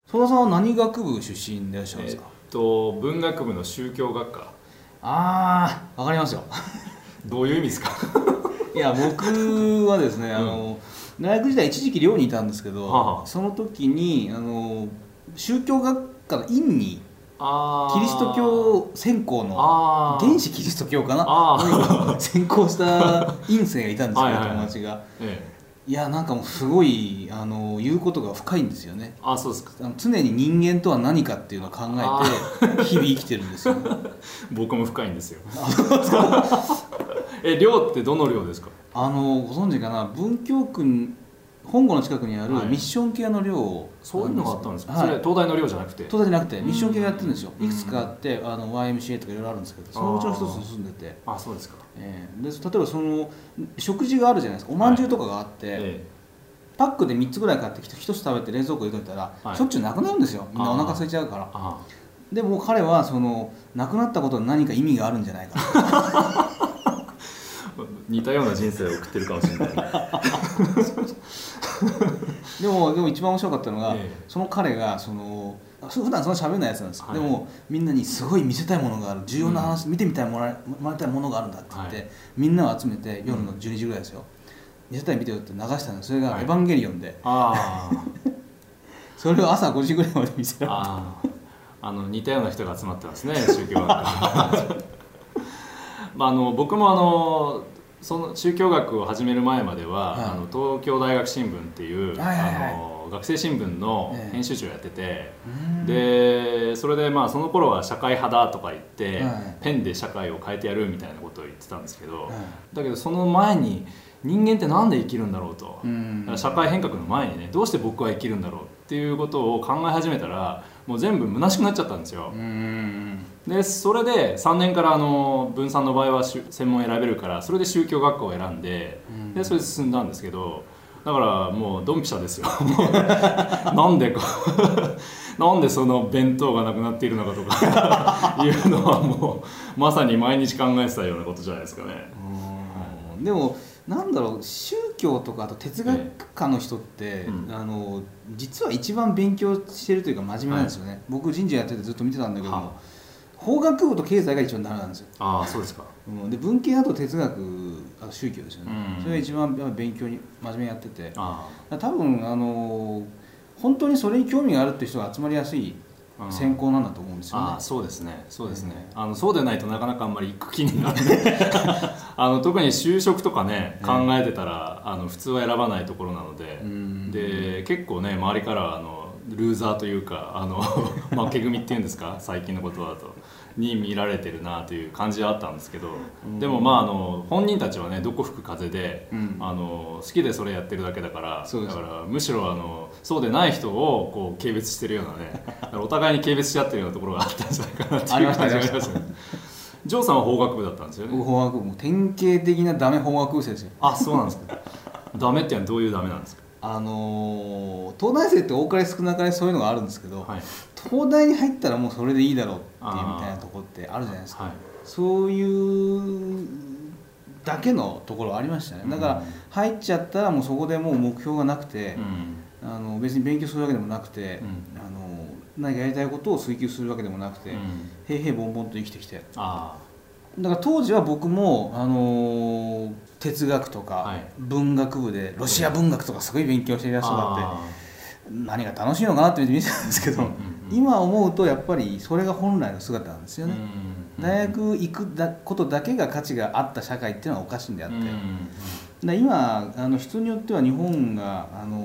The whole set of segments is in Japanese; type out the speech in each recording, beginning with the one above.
曽田さんは何学部出身でいらっしゃるんですか？ 文学部の宗教学科。 ああ、わかりますよ。 どういう意味ですか？ いや、僕はですね、大学時代一時期寮にいたんですけど、 はあ、 その時に宗教学科の院にキリスト教専攻の原始キリスト教かな専攻した院生がいたんですけど、友達が。いや、なんかもうすごい言うことが深いんですよね。 そうですか。 常に人間とは何かっていうのを考えて日々生きてるんですよ。 僕も深いんですよ。寮ってどの寮ですか？ ご存知かな、文京区本郷の近くにあるミッション系の寮、 そういうのがあったんですか？それ東大の寮じゃなくて？東大じゃなくてミッション系がやってるんですよ。いくつかあって、YMCA とかいろいろあるんですけど、そのうちの一つに住んでて。 そうですか。 で例えばその食事があるじゃないですか。おまんじゅうとかがあって、パックで3つぐらい買ってきて1つ食べて冷蔵庫入れといたら、しょっちゅうなくなるんですよ。みんなお腹空いちゃうから。でも彼はなくなったことに何か意味があるんじゃないか似たような人生を送ってるかもしれない。 でも一番面白かったのが、その彼が普段そんな喋んないやつなんです、でもみんなにすごい見せたいものがある、重要な話、見てみたいもらいたいものがあるんだって言って、みんなを集めて夜の12時ぐらいですよ、見せたい見てよって流したの。それが「エヴァンゲリオン」で、それを朝5時ぐらいまで見せられた。 似たような人が集まってますね、宗教学科。僕もその宗教学を始める前までは、東京大学新聞っていう学生新聞の編集長をやってて、でそれでその頃は社会派だとか言って、ペンで社会を変えてやるみたいなことを言ってたんですけど、だけどその前に人間ってなんで生きるんだろうと、社会変革の前にね、どうして僕は生きるんだろうっていうことを考え始めたら、もう全部虚しくなっちゃったんですよ。でそれで3年から分散の場合は専門選べるから、それで宗教学科を選んで、でそれで進んだんですけど、だからもうドンピシャですよ。なんでその弁当がなくなっているのかとかいうのはもうまさに毎日考えてたようなことじゃないですかね。 でもなんだろう、宗教とかあと哲学科の人って、実は一番勉強してるというか真面目なんですよね。僕人事やっててずっと見てたんだけども、法学部と経済が一番ダメなんですよ。 そうですか。 で文系だと哲学、あと宗教ですよね。それが一番勉強に真面目にやってて、多分本当にそれに興味があるっていう人が集まりやすい専攻なんだと思うんですよね。 そうですね、そうですね。そうでないとなかなかあんまり行く気にならない。特に就職とかね、考えてたら普通は選ばないところなので、で結構ね、周りからルーザーというか負け組っていうんですか、最近のことだとに見られてるなという感じはあったんですけど、でも本人たちはね、どこ吹く風で、好きでそれやってるだけだから、だからむしろそうでない人をこう軽蔑してるようなね、お互いに軽蔑し合ってるようなところがあったんじゃないかなっていう感じがありますね。ジョーさんは法学部だったんですよね。 法学部も典型的なダメ法学部生ですよ。 そうなんですか。ダメっていうのはどういうダメなんですか？ 東大生って多かれ少なかれそういうのがあるんですけど、東大に入ったらもうそれでいいだろうっていうみたいなところってあるじゃないですか。そういうだけのところありましたね。だから入っちゃったらもうそこでもう目標がなくて、別に勉強するわけでもなくて、何かやりたいことを追求するわけでもなくて、平々凡々と生きてきて、だから当時は僕も、哲学とか文学部でロシア文学とかすごい勉強していらっしゃって、何が楽しいのかなって見てたんですけど、今思うとやっぱりそれが本来の姿なんですよね。大学行くことだけが価値があった社会っていうのはおかしいんであって、今人によっては日本が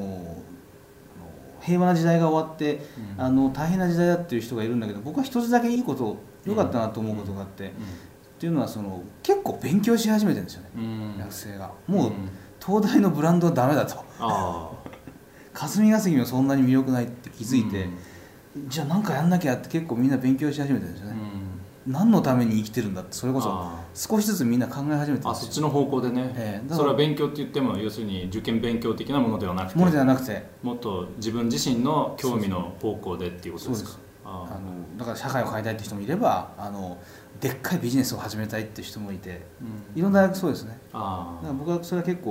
平和な時代が終わって、大変な時代だっていう人がいるんだけど、僕は一つだけいいこと、良かったなと思うことがあって、っていうのは結構勉強し始めてるんですよね、学生が。もう東大のブランドはダメだと、霞が関もそんなに魅力ないって気づいて、じゃあ何かやんなきゃって結構みんな勉強し始めてるんですよね。何のために生きてるんだって、それこそ少しずつみんな考え始めてるんですよ。 そっちの方向でね。それは勉強って言っても要するに受験勉強的なものではなくて、もっと自分自身の興味の方向でっていうことですか。 だから社会を変えたいって人もいれば、でっかいビジネスを始めたいって人もいて、いろんな大学そうですね。だから僕はそれは結構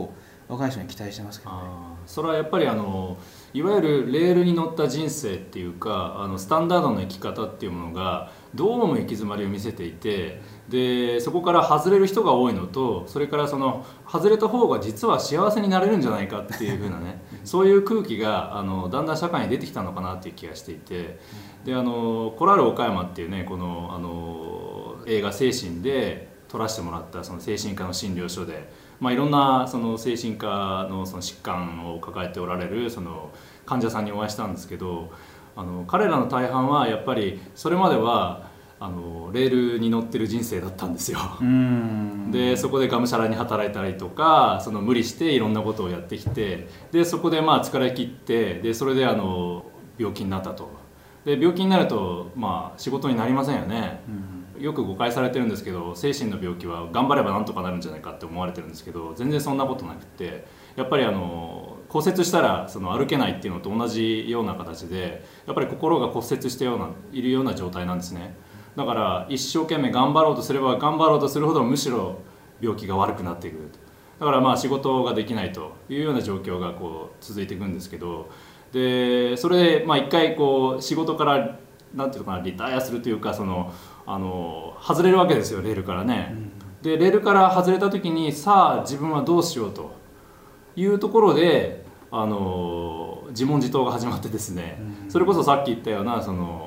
若い人に期待してますけどね。 それはやっぱりいわゆるレールに乗った人生っていうかスタンダードの生き方っていうものがどうも行き詰まりを見せていて、でそこから外れる人が多いのと、それからその外れた方が実は幸せになれるんじゃないかっていう風なねそういう空気がだんだん社会に出てきたのかなっていう気がしていて、でコラール岡山っていうねこの映画「精神」で撮らせてもらったその精神科の診療所で、いろんなその精神科のその疾患を抱えておられるその患者さんにお会いしたんですけど、彼らの大半はやっぱりそれまではレールに乗ってる人生だったんですよ。でそこでがむしゃらに働いたりとかその無理していろんなことをやってきて、でそこで疲れ切って、でそれで病気になったと。で病気になると仕事になりませんよね。よく誤解されてるんですけど、精神の病気は頑張ればなんとかなるんじゃないかって思われてるんですけど、全然そんなことなくて、やっぱり骨折したらその歩けないっていうのと同じような形で、やっぱり心が骨折しているような状態なんですね。だから一生懸命頑張ろうとすれば頑張ろうとするほどむしろ病気が悪くなっていく。だから仕事ができないというような状況が続いていくんですけど、でそれで一回仕事からなんていうのかな、リタイアするというか外れるわけですよ、レールからね。でレールから外れた時にさあ自分はどうしようというところで自問自答が始まってですね、それこそさっき言ったような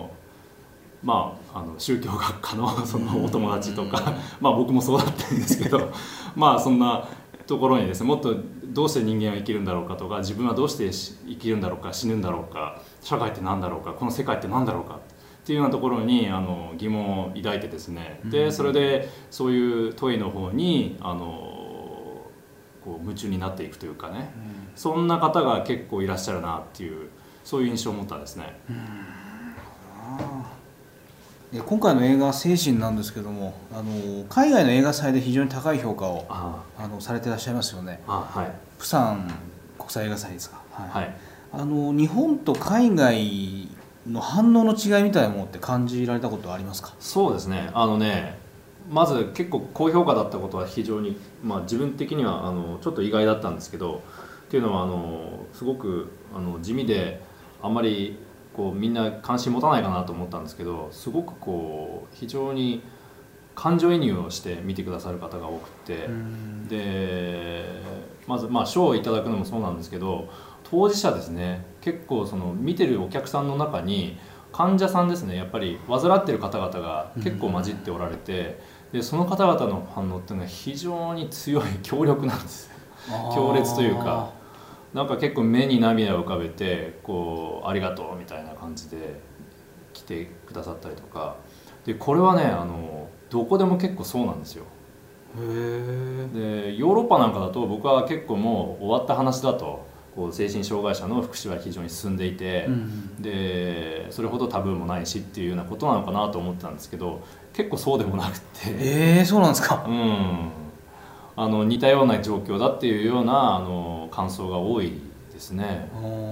宗教学科のそのお友達とか僕もそうだったんですけどそんなところにですね、もっとどうして人間は生きるんだろうかとか、自分はどうして生きるんだろうか、死ぬんだろうか、社会って何だろうか、この世界って何だろうかっていうようなところに疑問を抱いてですね、でそれでそういう問いの方に夢中になっていくというかね、そんな方が結構いらっしゃるなっていう、そういう印象を持ったんですね。 今回の映画「精神」なんですけども、海外の映画祭で非常に高い評価をされていらっしゃいますよね。プサン国際映画祭ですか。日本と海外の反応の違いみたいなものって感じられたことはありますか？ そうですね、まず結構高評価だったことは非常に、自分的にはちょっと意外だったんですけど、っていうのはすごく地味であんまりみんな関心持たないかなと思ったんですけど、すごく非常に感情移入をして見てくださる方が多くて、でまず賞をいただくのもそうなんですけど、当事者ですね、結構見てるお客さんの中に患者さんですね、やっぱり患ってる方々が結構混じっておられて、でその方々の反応っていうのは非常に強い強力なんですよ。強烈というか、なんか結構目に涙を浮かべてありがとうみたいな感じで来てくださったりとかで、これはねどこでも結構そうなんですよ。でヨーロッパなんかだと僕は結構もう終わった話だと、精神障害者の福祉は非常に進んでいて、でそれほどタブーもないしっていうようなことなのかなと思ってたんですけど、結構そうでもなくてそうなんですか。 似たような状況だっていうような感想が多いですね。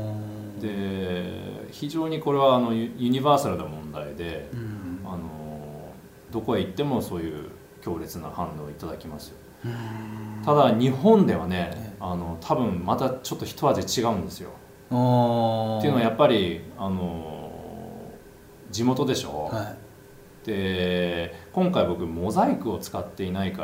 で非常にこれはユニバーサルな問題で、どこへ行ってもそういう強烈な反応をいただきます。ただ日本ではね多分またちょっと一味違うんですよ。っていうのはやっぱり地元でしょ。で今回僕モザイクを使っていないから、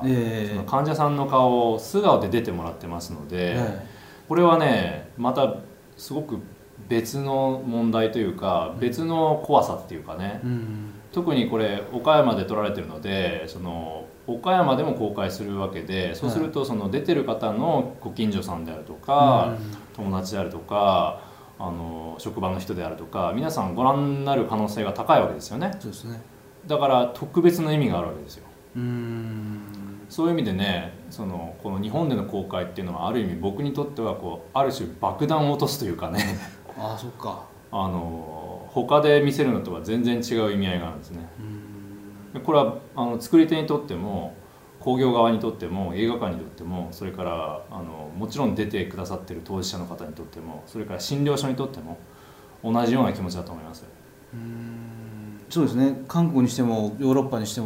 その患者さんの顔を素顔で出てもらってますので、これはねまたすごく別の問題というか、別の怖さっていうかね、特にこれ岡山で撮られてるので、岡山でも公開するわけで、そうすると出てる方のご近所さんであるとか、友達であるとか職場の人であるとか、皆さんご覧になる可能性が高いわけですよね。 そうですね。 だから特別な意味があるわけですよ。そういう意味でね、この日本での公開っていうのはある意味僕にとってはある種爆弾を落とすというかねそっか。 他で見せるのとは全然違う意味合いがあるんですね。これは作り手にとっても興行側にとっても映画館にとっても、それからもちろん出てくださっている当事者の方にとっても、それから診療所にとっても同じような気持ちだと思います。 そうですね。韓国にしてもヨーロッパにしても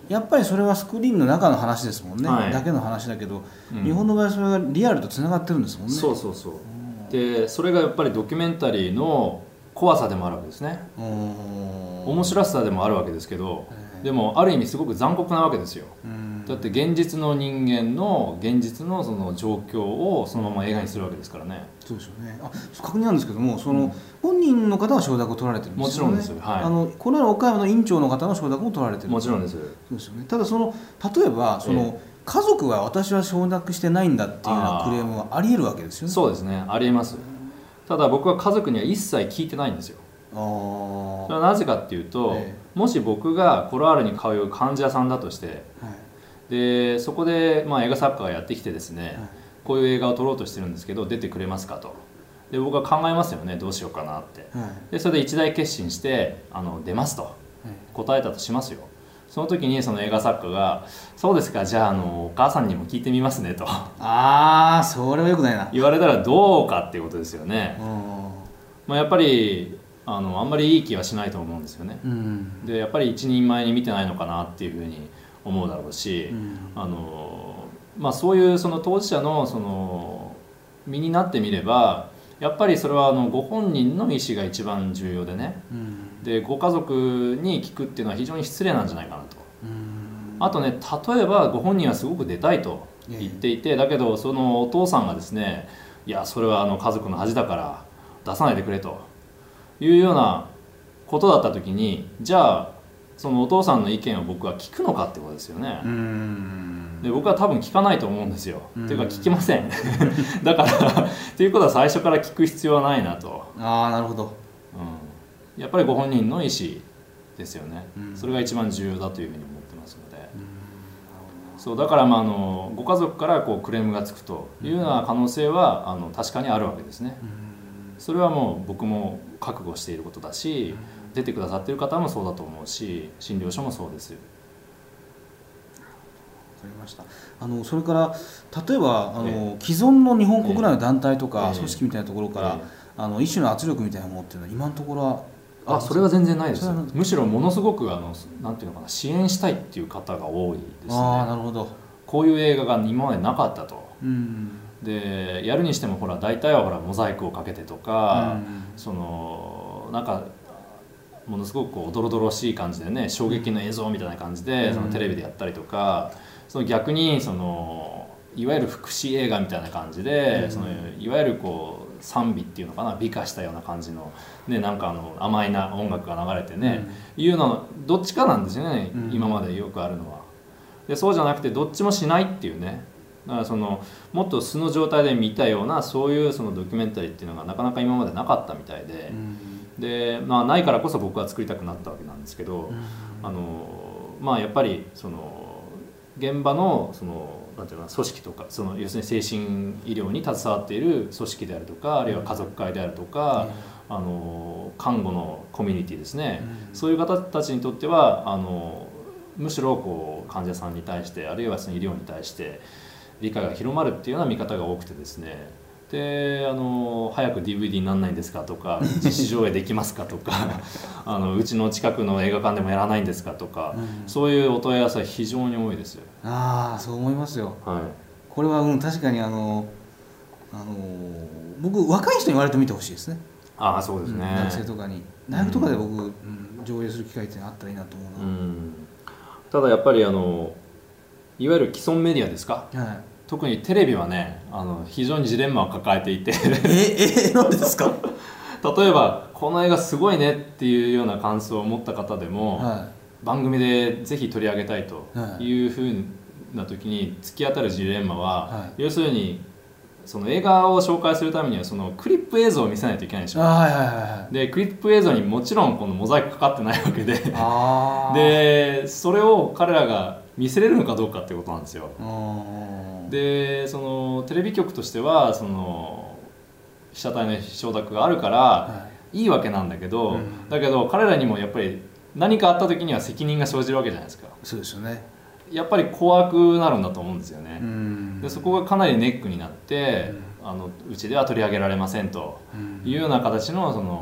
やっぱりそれはスクリーンの中の話ですもんね、 はい、 だけの話だけど、日本の場合それがリアルとつながってるんですもんね。 そうそうそう、でそれがやっぱりドキュメンタリーの怖さでもあるわけですね。面白さでもあるわけですけど、でもある意味すごく残酷なわけですよ。だって現実の人間の現実のその状況をそのまま映画にするわけですからね。 そうですよね。確認なんですけども、その本人の方は承諾を取られてるんですよね。 もちろんです、はい、 この岡山の院長の方の承諾も取られてる。 もちろんです。 そうですよね。ただ例えば家族は私は承諾してないんだっていうようなクレームはあり得るわけですよね。 そうですね、あり得ます。ただ僕は家族には一切聞いてないんですよ。それはなぜかっていうと、もし僕がコロアールに通う患者さんだとして、でそこで映画作家がやってきてですね、こういう映画を撮ろうとしてるんですけど出てくれますかと。で僕は考えますよね、どうしようかなって。でそれで一大決心して出ますと答えたとしますよ。その時にその映画作家が「そうですか、じゃあお母さんにも聞いてみますね」とそれはよくないな言われたらどうかっていうことですよね。やっぱりあんまりいい気はしないと思うんですよね。でやっぱり一人前に見てないのかなっていうふうに思うだろうし、そういうその当事者の身になってみればやっぱりそれはご本人の意思が一番重要でね、でご家族に聞くっていうのは非常に失礼なんじゃないかなと。あとね、例えばご本人はすごく出たいと言っていて、だけどそのお父さんがですね、いやそれは家族の恥だから出さないでくれというようなことだった時に、じゃあそのお父さんの意見を僕は聞くのかってことですよね。で僕は多分聞かないと思うんですよ。っていうか聞きませんだからっていうことは最初から聞く必要はないなと。 なるほど、 やっぱりご本人の意思ですよね。それが一番重要だというふうに思ってますので、そうだからご家族からクレームがつくというような可能性は確かにあるわけですね。それはもう僕も覚悟していることだし、出てくださっている方もそうだと思うし、診療所もそうです。 わかりました。それから例えば既存の日本国内の団体とか組織みたいなところから一種の圧力みたいなものっていうのは今のところはそれは全然ないです。むしろものすごくなんていうのかな、支援したいっていう方が多いですね。 なるほど。 こういう映画が今までなかったと。でやるにしても大体はモザイクをかけてとか、なんかものすごくおどろどろしい感じでね、衝撃の映像みたいな感じでテレビでやったりとか、逆にいわゆる福祉映画みたいな感じで、いわゆる賛美っていうのかな、美化したような感じの、ね、なんか甘いな音楽が流れてね、いうのどっちかなんですよね、今までよくあるのは。でそうじゃなくてどっちもしないっていうね、だからもっと素の状態で見たようなそういうドキュメンタリーっていうのがなかなか今までなかったみたいで、ないからこそ僕は作りたくなったわけなんですけど、やっぱり現場のなんていうの、組織とか要するに精神医療に携わっている組織であるとか、あるいは家族会であるとか、看護のコミュニティですね、そういう方たちにとってはむしろ患者さんに対して、あるいはその医療に対して理解が広まるっていうような見方が多くてですね、で早く DVD にならないんですかとか、実施上映できますかとかうちの近くの映画館でもやらないんですかとか、そういうお問い合わせは非常に多いですよ。 そう思いますよ、これは確かに僕若い人に言われてみてほしいですね。 そうですね、 学生とかに、大学とかで僕、上映する機会ってあったらいいなと思うな。 ただやっぱりいわゆる既存メディアですか、特にテレビはね非常にジレンマを抱えていて何ですか例えばこの映画すごいねっていうような感想を持った方でも、番組でぜひ取り上げたいというふうな時に突き当たるジレンマは、要するに映画を紹介するためにはクリップ映像を見せないといけないでしょ。でクリップ映像にもちろんこのモザイクかかってないわけででそれを彼らが見せれるのかどうかってことなんですよ。でテレビ局としては被写体の承諾があるから、いいわけなんだけど、だけど彼らにもやっぱり何かあった時には責任が生じるわけじゃないですか。 そうですよね。 やっぱり怖くなるんだと思うんですよね。でそこがかなりネックになって、うちでは取り上げられませんというような形の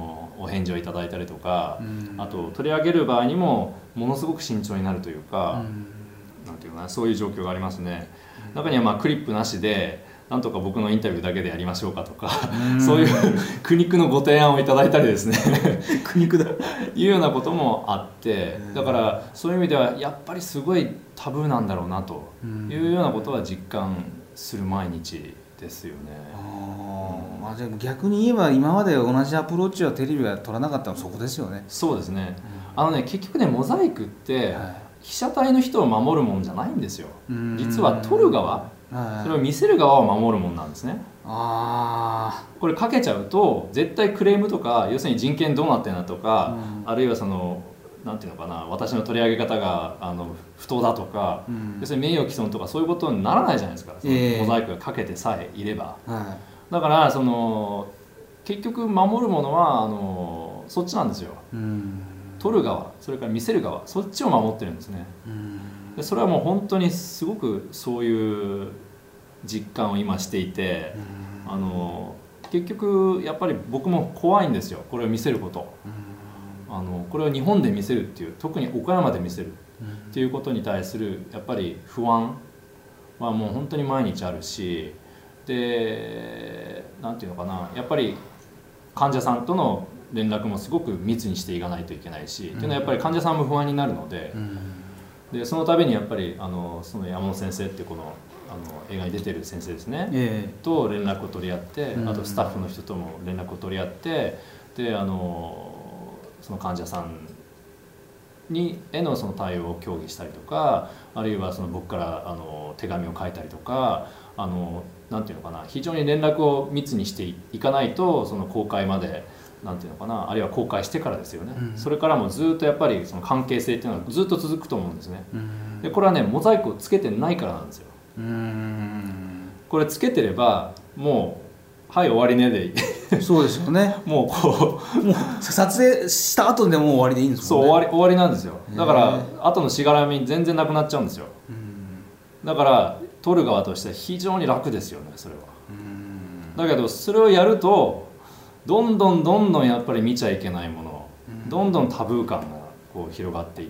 お返事をいただいたりとか、あと取り上げる場合にもものすごく慎重になるというか、なんていうかな、そういう状況がありますね。中にはまあクリップなしでなんとか僕のインタビューだけでやりましょうかとか、そういう苦肉のご提案をいただいたりですね苦肉だいうようなこともあって、だからそういう意味ではやっぱりすごいタブーなんだろうなというようなことは実感する毎日ですよね。 じゃあ逆に言えば今まで同じアプローチはテレビが取らなかったのはそこですよね。 そうですね、結局ねモザイクって、被写体の人を守るもんじゃないんですよ。実は撮る側、それを見せる側を守るもんなんですね。これかけちゃうと絶対クレームとか、要するに人権どうなってんだとか、あるいはそのなんていうのかな、私の取り上げ方が不当だとか、要するに名誉毀損とかそういうことにならないじゃないですか、そのモザイクがかけてさえいれば。だからその結局守るものはそっちなんですよ。撮る側、それから見せる側、そっちを守ってるんですね。でそれはもう本当にすごくそういう実感を今していて、結局やっぱり僕も怖いんですよ、これを見せること。これを日本で見せるっていう、特に岡山で見せるっていうことに対するやっぱり不安はもう本当に毎日あるし、でなんていうのかな、やっぱり患者さんとの連絡もすごく密にしていかないといけないし、っていうのはやっぱり患者さんも不安になるので、でその度にやっぱりその山本先生ってこの映画に出てる先生ですね、と連絡を取り合って、あとスタッフの人とも連絡を取り合って、でその患者さんへのその対応を協議したりとか、あるいはその僕から手紙を書いたりとか、なんていうのかな、非常に連絡を密にしていかないと、その公開までなんていうのかな、あるいは公開してからですよね、それからもずっとやっぱりその関係性っていうのはずっと続くと思うんですね。でこれはねモザイクをつけてないからなんですよ。これつけてればもうはい終わりねでいいそうですよねもうこうもう撮影した後でもう終わりでいいんですもんね。 そう終わりなんですよ。だから後のしがらみ全然なくなっちゃうんですよ。だから撮る側としては非常に楽ですよね、それは。だけどそれをやるとどんどんやっぱり見ちゃいけないもの、どんどんタブー感がこう広がっていって、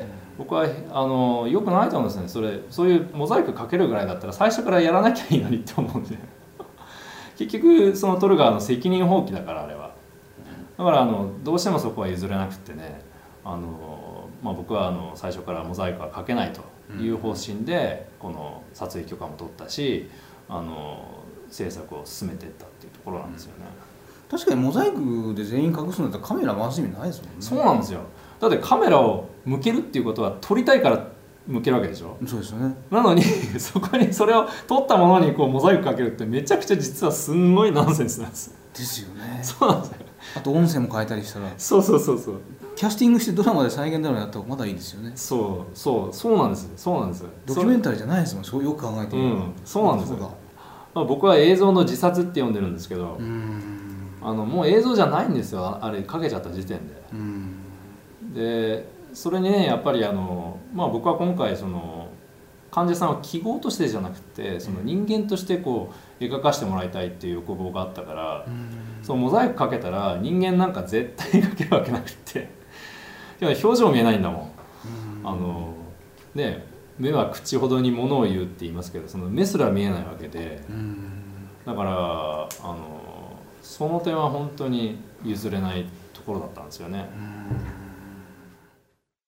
僕は良くないと思うんですね。そういうモザイクかけるぐらいだったら最初からやらなきゃいいのにって思うんで結局その撮る側の責任放棄だから、あれは。だからどうしてもそこは譲れなくってね、僕は最初からモザイクはかけないという方針でこの撮影許可も取ったし、制作を進めていったっていうところなんですよね。 確かにモザイクで全員隠すんだったらカメラ回す意味ないですもんね。 そうなんですよ。だってカメラを向けるっていうことは撮りたいから向けるわけでしょ。 そうですよね。 なのにそこにそれを撮ったものにこうモザイクかけるってめちゃくちゃ実はすんごいナンセンスなんです。 ですよね。 そうなんですよ。 あと音声も変えたりしたら、 そうキャスティングしてドラマで再現ドラマやったらまだいいですよね。 そうなんです。 ドキュメンタリーじゃないですもん、そうよく考えてみると。 そうなんですよ。僕は映像の自殺って呼んでるんですけど、もう映像じゃないんですよ、あれかけちゃった時点で。でそれにねやっぱり僕は今回その患者さんは記号としてじゃなくて、その人間としてこう描かしてもらいたいっていう欲望があったから、そのモザイクかけたら人間なんか絶対描けるわけなくて表情見えないんだもん。ね、目は口ほどに物を言うって言いますけど、その目すら見えないわけで、だからその点は本当に譲れないところだったんですよね。